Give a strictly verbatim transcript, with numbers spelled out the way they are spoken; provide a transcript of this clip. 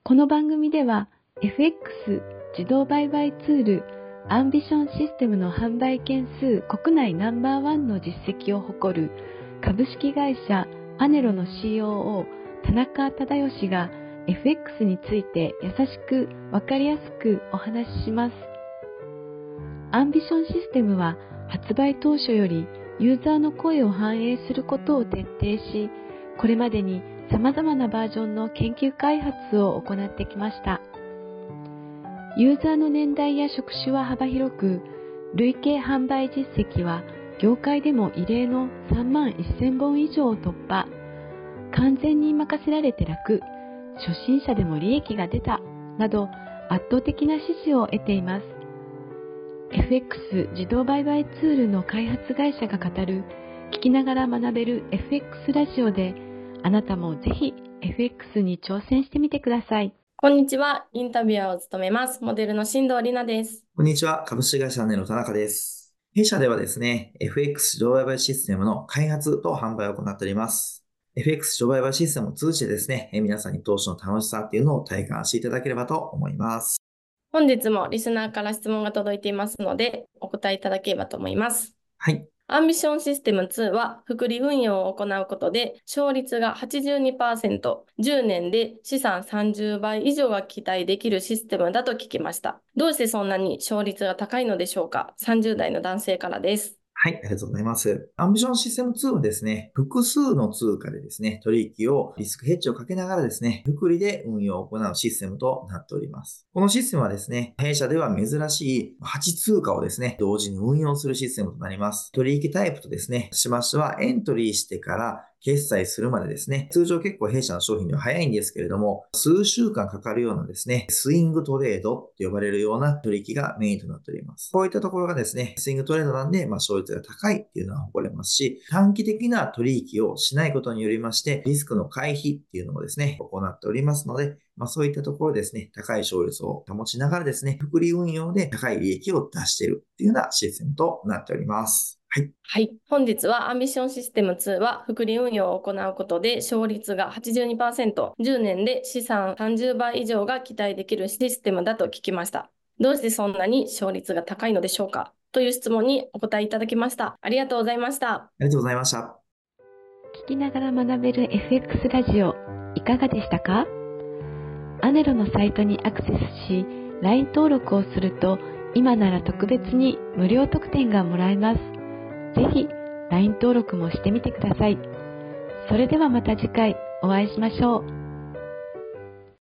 この番組では エフエックス 自動売買ツールアンビションシステムの販売件数国内ナンバーワンの実績を誇る株式会社アネロの シーオーオー 田中忠義が エフエックス について優しくわかりやすくお話しします。アンビションシステムは発売当初よりユーザーの声を反映することを徹底し、これまでに様々なバージョンの研究開発を行ってきました。ユーザーの年代や職種は幅広く、累計販売実績は業界でも異例のさんまんせんぼん以上を突破。完全に任せられて楽、初心者でも利益が出た、など圧倒的な支持を得ています。エフエックス 自動売買ツールの開発会社が語る、聞きながら学べる エフエックス ラジオで、あなたもぜひ エフエックス に挑戦してみてください。 こんにちは。インタビュアーを務めます。モデルの新藤里奈です。 こんにちは。株式会社アネロ田中です。弊社ではですね、エフエックス 自動売買システムの開発と販売を行っております。エフエックス 自動売買システムを通じてですね、皆さんに投資の楽しさっていうのを体感していただければと思います。 本日もリスナーから質問が届いていますので、お答えいただければと思います。 はい。 アンビションシステムツーは、複利運用を行うことで、勝率が はちじゅうにパーセント、じゅうねんで資産さんじゅうばい以上が期待できるシステムだと聞きました。どうしてそんなに勝率が高いのでしょうか？ さんじゅう 代の男性からです。 はい、ありがとうございます。アンビションシステムツーはですね、複数の通貨でですね、取引をリスクヘッジをかけながらですね、複利で運用を行うシステムとなっております。このシステムはですね、弊社では珍しいはち通貨をですね、同時に運用するシステムとなります。取引タイプとですね、しましてはエントリーしてから決済するまでですね、通常結構弊社の商品では早いんですけれども、数週間かかるようなですね、スイングトレードと呼ばれるような取引がメインとなっております。こういったところがですね、スイングトレードなんで、まあ、勝率が高いっていうのは誇れますし、短期的な取引をしないことによりまして、リスクの回避っていうのもですね、行っておりますので、まあ、そういったところですね、高い勝率を保ちながらですね、複利運用で高い利益を出しているっていうようなシステムとなっております。はい。 はい。本日はアンビションシステムツーは、複利運用を行うことで勝率が はちじゅうにパーセント、じゅうねんで資産さんじゅうばい以上が期待できるシステムだと聞きました。どうしてそんなに勝率が高いのでしょうか？という質問にお答えいただきました。ありがとうございました。 ありがとうございました。 聞きながら学べる エフエックス ラジオ、いかがでしたか？アネロのサイトにアクセスし、ライン 登録をすると、今なら特別に無料特典がもらえます。ぜひ ライン 登録もしてみてください。それではまた次回お会いしましょう。